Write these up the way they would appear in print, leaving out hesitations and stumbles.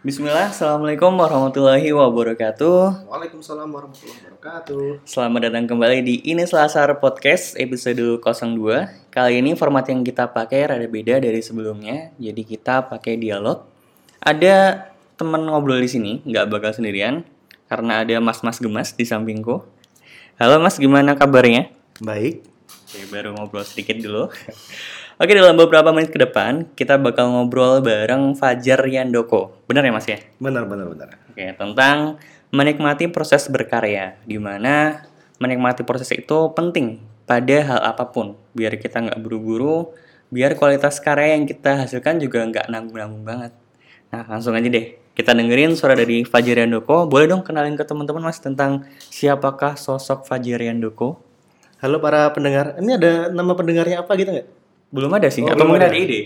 Bismillah, Assalamualaikum warahmatullahi wabarakatuh. Waalaikumsalam warahmatullahi wabarakatuh. Selamat datang kembali di Ini Selasar Podcast episode 02. Kali ini format yang kita pakai rada beda dari sebelumnya. Jadi kita pakai dialog. Ada teman ngobrol di sini, nggak bakal sendirian. Karena ada mas-mas gemas di sampingku. Halo mas, gimana kabarnya? Baik. Oke, baru ngobrol sedikit dulu. Oke, dalam beberapa menit ke depan, kita bakal ngobrol bareng Fajar Yandoko. Benar ya mas ya? Benar. Oke, tentang menikmati proses berkarya, di mana menikmati proses itu penting pada hal apapun, biar kita nggak buru-buru, biar kualitas karya yang kita hasilkan juga nggak nanggung-nanggung banget. Nah, langsung aja deh, kita dengerin suara dari Fajar Yandoko. Boleh dong kenalin ke teman-teman mas tentang siapakah sosok Fajar Yandoko? Halo para pendengar. Ini ada nama pendengarnya apa gitu nggak? Belum ada sih, atau belum mungkin ada. ada ide?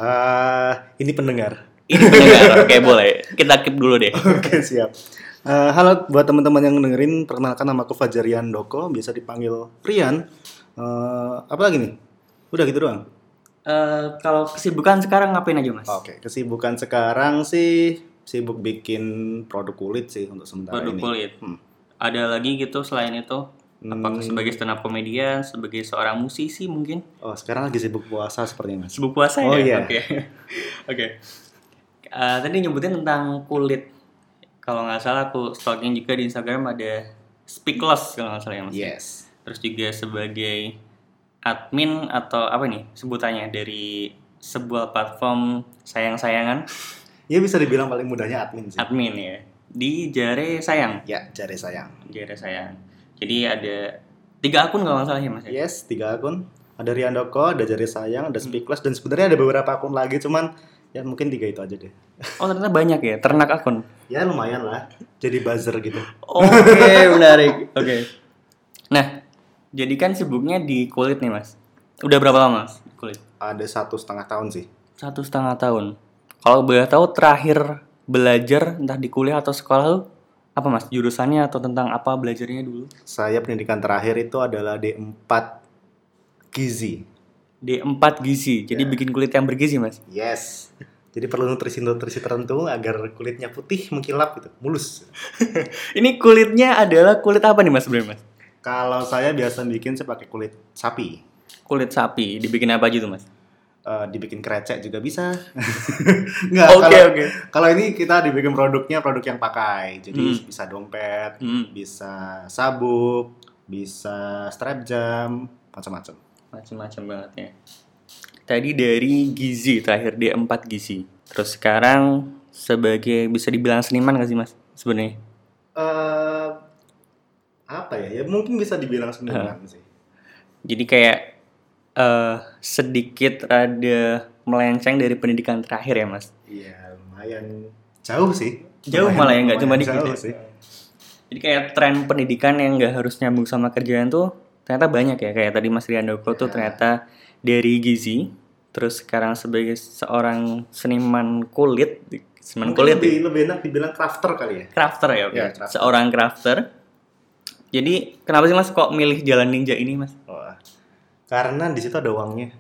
Ini pendengar. Ini pendengar, oke boleh. Kita keep dulu deh. Oke, siap. Halo buat teman-teman yang dengerin, perkenalkan namaku Fajar Yandoko, biasa dipanggil Rian. Apa lagi nih? Udah gitu doang. Kalau kesibukan sekarang ngapain aja mas? Oke, kesibukan sekarang sih sibuk bikin produk kulit sih untuk sementara Produk ini. kulit. Ada lagi gitu selain itu? Apakah sebagai stand up comedian, sebagai seorang musisi mungkin? Oh, sekarang lagi sibuk puasa sepertinya, Mas. Sibuk puasa ya? Oh, iya. Oke. Oke. Tadi nyebutin tentang kulit. Kalau nggak salah aku stalking juga di Instagram ada Speakless kalau nggak salah ya mas. Yes. Terus juga sebagai admin atau apa nih sebutannya dari sebuah platform sayang-sayangan. Ya bisa dibilang paling mudahnya admin sih. Admin ya. Di Jare Sayang. Ya, Jare Sayang. Jare Sayang. Jadi ada 3 akun kalau nggak salah ya mas ya? Yes, 3 akun. Ada Riandoko, ada Jare Sayang, ada Speakless, dan sebenarnya ada beberapa akun lagi, cuman ya mungkin 3 itu aja deh. Oh ternyata banyak ya, ternak akun. Ya lumayan lah, jadi buzzer gitu. Oke, menarik. Oke. Nah, jadi kan sibuknya di kulit nih mas. Udah berapa lama mas di kulit? Ada 1,5 tahun sih. 1,5 tahun. Kalau boleh tahu terakhir belajar entah di kuliah atau sekolah lu apa mas? Jurusannya atau tentang apa belajarnya dulu? Saya pendidikan terakhir itu adalah D4 Gizi. D4 gizi. Jadi bikin kulit yang bergizi mas. Yes. Jadi perlu nutrisi-nutrisi tertentu agar kulitnya putih, mengkilap gitu, mulus. Ini kulitnya adalah kulit apa nih mas sebenarnya mas? Kalau saya biasa bikin saya pakai kulit sapi. Kulit sapi. Dibikin apa aja tuh mas? Dibikin krecek juga bisa. Nggak, Oke. kalau ini kita dibikin produk yang pakai. Jadi bisa dompet, bisa sabuk, bisa strap jam, macam-macam. Macem-macem banget ya. Tadi dari gizi terakhir D4 gizi. Terus sekarang sebagai bisa dibilang seniman gak sih mas sebenarnya? Apa ya? Ya mungkin bisa dibilang seniman sih. Jadi kayak sedikit rada melenceng dari pendidikan terakhir ya mas. Iya, lumayan jauh sih. Jauh malah ya, nggak cuma dikit jauh ya. sih. Jadi kayak tren pendidikan yang nggak harus nyambung sama kerjaan tuh ternyata banyak ya. Kayak tadi Mas Riandoko tuh ternyata dari gizi, terus sekarang sebagai seorang seniman kulit Lebih enak dibilang crafter kali ya. crafter ya, oke. Ya, crafter. Seorang crafter. Jadi kenapa sih Mas kok milih jalan ninja ini Mas? Wah, karena di situ ada uangnya.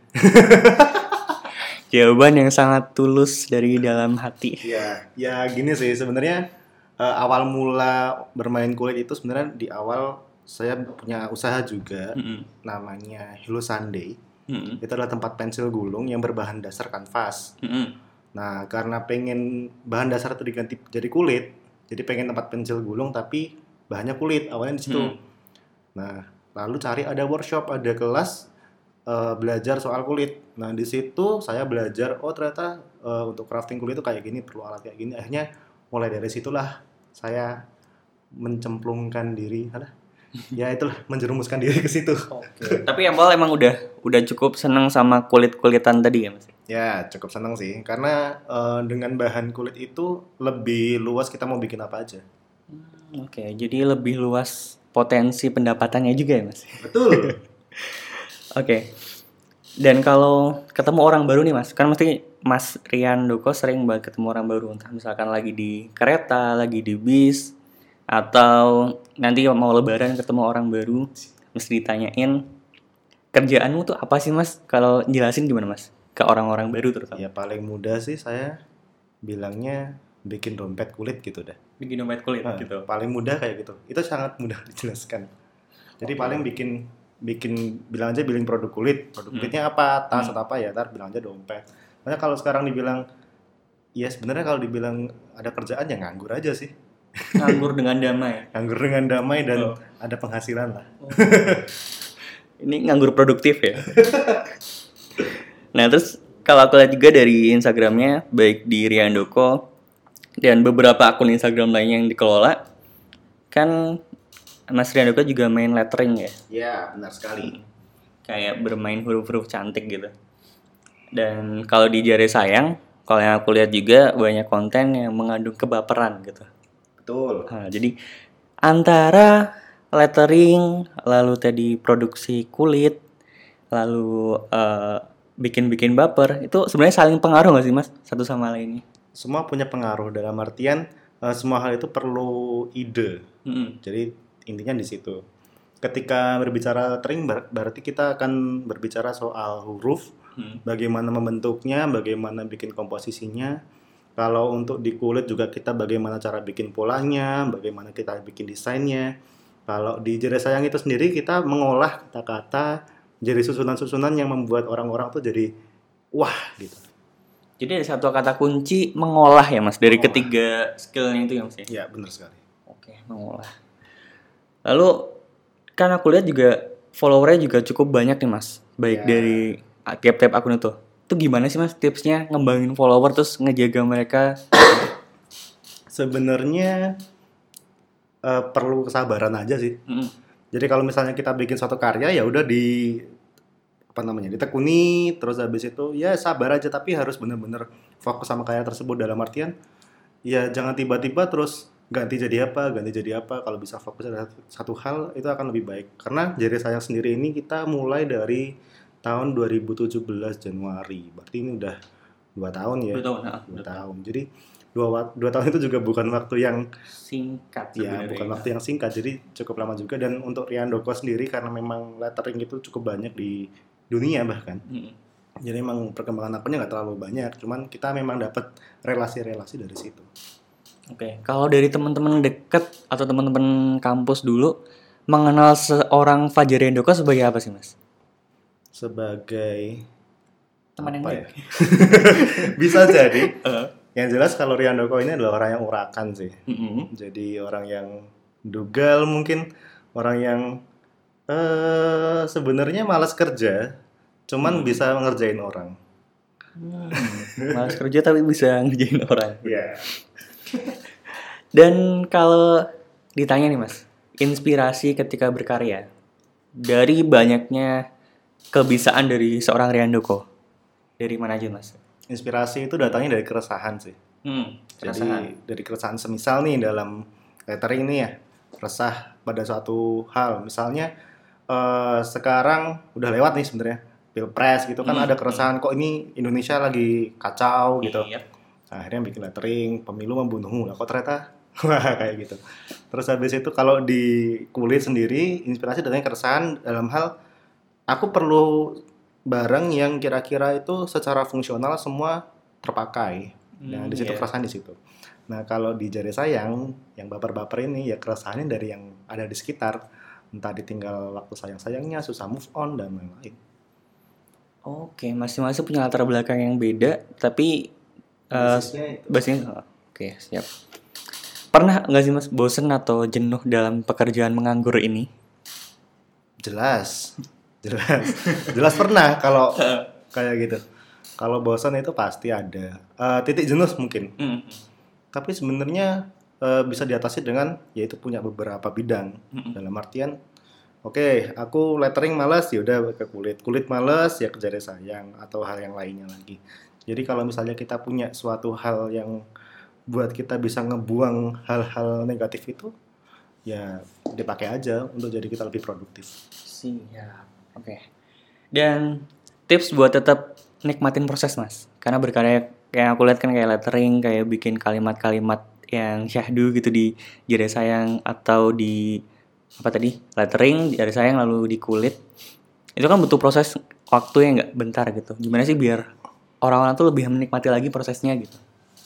Jawaban yang sangat tulus dari dalam hati. Ya gini sih sebenarnya awal mula bermain kulit itu sebenarnya di awal saya punya usaha juga namanya Hello Sunday. Itu adalah tempat pensil gulung yang berbahan dasar kanvas. Nah karena pengen bahan dasar itu diganti jadi kulit, jadi pengen tempat pensil gulung tapi bahannya kulit awalnya di situ. Nah lalu cari ada workshop, ada kelas belajar soal kulit. Nah di situ saya belajar ternyata untuk crafting kulit itu kayak gini, perlu alat kayak gini. Akhirnya mulai dari situlah saya mencemplungkan diri, ya itulah menjerumuskan diri ke situ. Tapi yang awal emang udah cukup seneng sama kulit-kulitan tadi ya Mas? Ya cukup seneng sih karena dengan bahan kulit itu lebih luas kita mau bikin apa aja. Oke, jadi lebih luas potensi pendapatannya juga ya Mas? Betul. Oke. Dan kalau ketemu orang baru nih Mas, kan mesti Mas Riandoko sering banget ketemu orang baru, entah misalkan lagi di kereta, lagi di bis, atau nanti mau lebaran ketemu orang baru, mesti ditanyain kerjaanmu tuh apa sih Mas? Kalau jelasin gimana Mas? Ke orang-orang baru terutama. Ya paling mudah sih saya bilangnya bikin dompet kulit gitu dah. Bikin dompet kulit gitu. Paling mudah kayak gitu. Itu sangat mudah dijelaskan. Jadi paling bikin bilang aja billing produk kulit. Produk kulitnya apa? Tas atau apa ya? Ntar bilang aja dompet. Makanya kalau sekarang dibilang ya sebenarnya kalau dibilang ada kerjaan ya nganggur aja sih. Nganggur dengan damai. Nganggur dengan damai dan ada penghasilan lah. Ini nganggur produktif ya. Nah terus kalau aku lihat juga dari Instagramnya baik di Riandoko dan beberapa akun Instagram lainnya yang dikelola, kan Mas Riandoko juga main lettering ya? Ya benar sekali. Kayak bermain huruf-huruf cantik gitu. Dan kalau di Jari Sayang, kalau yang aku lihat juga banyak konten yang mengandung kebaperan gitu. Betul. Nah, jadi antara lettering, lalu tadi produksi kulit, lalu bikin-bikin baper, itu sebenarnya saling pengaruh nggak sih Mas satu sama lainnya? Semua punya pengaruh dalam artian semua hal itu perlu ide. Jadi intinya di situ. Ketika berbicara lettering berarti kita akan berbicara soal huruf, bagaimana membentuknya, bagaimana bikin komposisinya. Kalau untuk di kulit juga kita bagaimana cara bikin polanya, bagaimana kita bikin desainnya. Kalau di Jari Sayang itu sendiri kita mengolah kata-kata jadi susunan-susunan yang membuat orang-orang tuh jadi wah gitu. Jadi ada satu kata kunci mengolah ya Mas dari ketiga skillnya itu ya Mas ya? Ya benar sekali. Oke, mengolah. Lalu kan aku lihat juga followernya juga cukup banyak nih Mas, baik dari tiap-tiap akun itu. Itu gimana sih Mas tipsnya ngembangin follower terus ngejaga mereka? Sebenarnya perlu kesabaran aja sih. Jadi kalau misalnya kita bikin suatu karya ya udah ditekuni, terus habis itu ya sabar aja, tapi harus benar-benar fokus sama karya tersebut dalam artian ya jangan tiba-tiba terus ganti jadi apa. Kalau bisa fokus pada satu hal itu akan lebih baik. Karena Jari Sayang sendiri ini kita mulai dari tahun 2017 Januari. Berarti ini udah 2 tahun ya. 2 tahun. Jadi 2 tahun itu juga bukan waktu yang singkat ya, bukan waktu yang singkat. Jadi cukup lama juga. Dan untuk Riandoko sendiri karena memang lettering itu cukup banyak di dunia bahkan. Jadi memang perkembangan akunnya nggak terlalu banyak. Cuman kita memang dapat relasi-relasi dari situ. Oke, kalau dari teman-teman dekat atau teman-teman kampus dulu mengenal seorang Fajar Riandoko sebagai apa sih Mas? Sebagai teman yang baik. Ya? Bisa jadi. Yang jelas kalau Riandoko ini adalah orang yang urakan sih. Jadi orang yang dugal mungkin, orang yang sebenarnya malas kerja, cuman bisa ngerjain orang. Malas kerja tapi bisa ngerjain orang. Iya. Dan kalau ditanya nih Mas, inspirasi ketika berkarya dari banyaknya kebisaan dari seorang Riandoko, dari mana aja Mas? Inspirasi itu datangnya dari keresahan sih. Jadi dari keresahan semisal nih dalam lettering nih ya, resah pada suatu hal. Misalnya sekarang udah lewat nih sebenarnya Pilpres gitu kan ada keresahan kok ini Indonesia lagi kacau gitu. Nah, akhirnya bikin lettering pemilu membunuhmu. Lah kok ternyata kayak gitu. Terus habis itu kalau di kulit sendiri inspirasi datangnya keresahan dalam hal aku perlu barang yang kira-kira itu secara fungsional semua terpakai. Nah, di situ keresahan di situ. Nah, kalau di Jari Sayang yang baper-baper ini ya keresahannya dari yang ada di sekitar. Entah ditinggal waktu sayang-sayangnya, susah move on dan lain-lain. Oke, masing-masing punya latar belakang yang beda, tapi basisnya oke, siap. Pernah nggak sih Mas bosen atau jenuh dalam pekerjaan menganggur ini? Jelas pernah kalau kayak gitu. Kalau bosan itu pasti ada. Titik jenuh mungkin. Tapi sebenarnya bisa diatasi dengan yaitu punya beberapa bidang. Dalam artian, oke, aku lettering malas ya udah ke kulit malas ya ke Jari Sayang atau hal yang lainnya lagi. Jadi kalau misalnya kita punya suatu hal yang buat kita bisa ngebuang hal-hal negatif itu, ya dipakai aja untuk jadi kita lebih produktif. Siap. Oke. Dan tips buat tetap nikmatin proses Mas. Karena berkarya kayak aku lihat kan kayak lettering, kayak bikin kalimat-kalimat yang syahdu gitu di Jari Sayang atau di lettering, Jari Sayang lalu di kulit. Itu kan butuh proses waktu yang nggak bentar gitu. Gimana sih biar orang-orang tuh lebih menikmati lagi prosesnya gitu?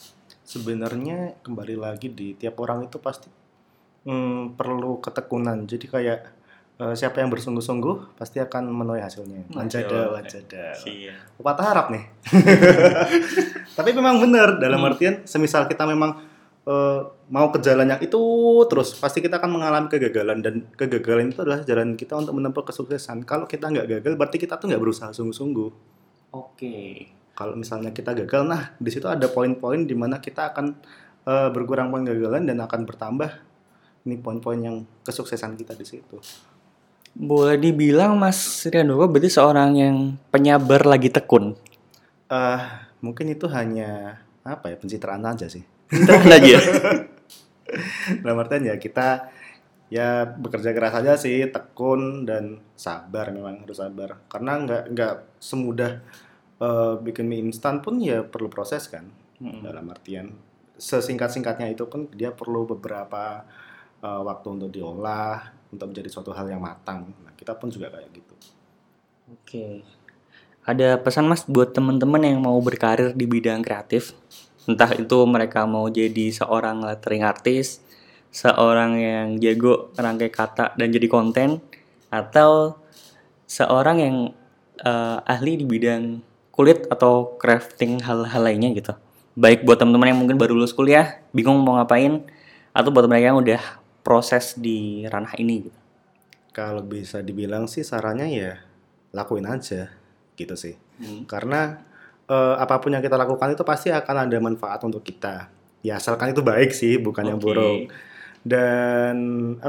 Sebenarnya kembali lagi di tiap orang itu pasti perlu ketekunan. Jadi kayak siapa yang bersungguh-sungguh pasti akan menuai hasilnya. Wajada. Patah harap nih. Tapi memang benar dalam artian semisal kita memang mau ke jalan yang itu terus pasti kita akan mengalami kegagalan, dan kegagalan itu adalah jalan kita untuk menempuh kesuksesan. Kalau kita nggak gagal berarti kita tuh nggak berusaha sungguh-sungguh. Oke. Kalau misalnya kita gagal, nah di situ ada poin-poin di mana kita akan berkurang poin kegagalan dan akan bertambah ini poin-poin yang kesuksesan kita di situ. Boleh dibilang Mas Riandoko berarti seorang yang penyabar lagi tekun. Mungkin itu hanya pencitraan aja sih. Pencitraan aja. Dalam artian ya kita ya bekerja keras aja sih, tekun dan sabar, memang harus sabar. Karena nggak semudah bikin mie instan pun ya perlu proses kan. Dalam artian sesingkat-singkatnya itu pun dia perlu beberapa waktu untuk diolah, untuk menjadi suatu hal yang matang. Nah, kita pun juga kayak gitu. Oke. Ada pesan Mas buat teman-teman yang mau berkarir di bidang kreatif? Entah itu mereka mau jadi seorang lettering artist, seorang yang jago rangkai kata dan jadi konten, atau seorang yang ahli di bidang kulit atau crafting hal-hal lainnya gitu. Baik buat teman-teman yang mungkin baru lulus kuliah, bingung mau ngapain, atau buat mereka yang udah proses di ranah ini gitu. Kalau bisa dibilang sih sarannya ya lakuin aja gitu sih. Karena apapun yang kita lakukan itu pasti akan ada manfaat untuk kita. Ya asalkan itu baik sih, bukan yang buruk. Dan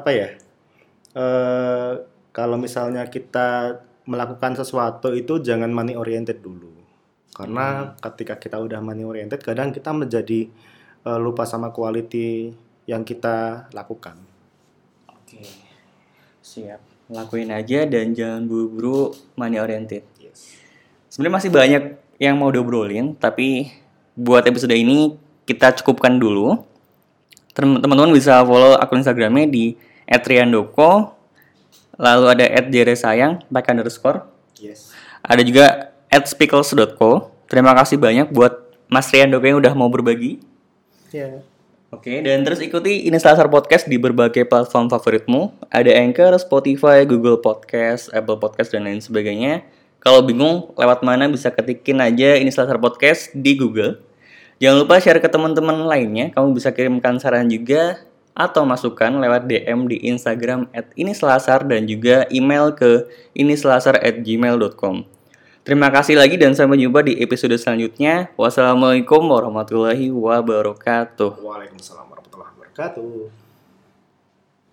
kalau misalnya kita melakukan sesuatu itu jangan money oriented dulu. Karena ketika kita udah money oriented, kadang kita menjadi lupa sama quality yang kita lakukan. Oke. Siap. Lakuin aja dan jangan buru-buru money oriented. Yes. Sebenarnya masih banyak yang mau diobrolin, tapi buat episode ini kita cukupkan dulu. Teman-teman bisa follow akun Instagramnya di @riandoko, lalu ada @jeresayang _. Yes. Ada juga @spickles.co. Terima kasih banyak buat Mas Riandoko yang udah mau berbagi. Ya. Oke, dan terus ikuti Ini Selasar Podcast di berbagai platform favoritmu. Ada Anchor, Spotify, Google Podcast, Apple Podcast, dan lain sebagainya. Kalau bingung lewat mana bisa ketikin aja Ini Selasar Podcast di Google. Jangan lupa share ke teman-teman lainnya. Kamu bisa kirimkan saran juga atau masukan lewat DM di Instagram @iniselasar dan juga email ke iniselasar@gmail.com. Terima kasih lagi dan sampai jumpa di episode selanjutnya. Wassalamualaikum warahmatullahi wabarakatuh. Waalaikumsalam warahmatullahi wabarakatuh.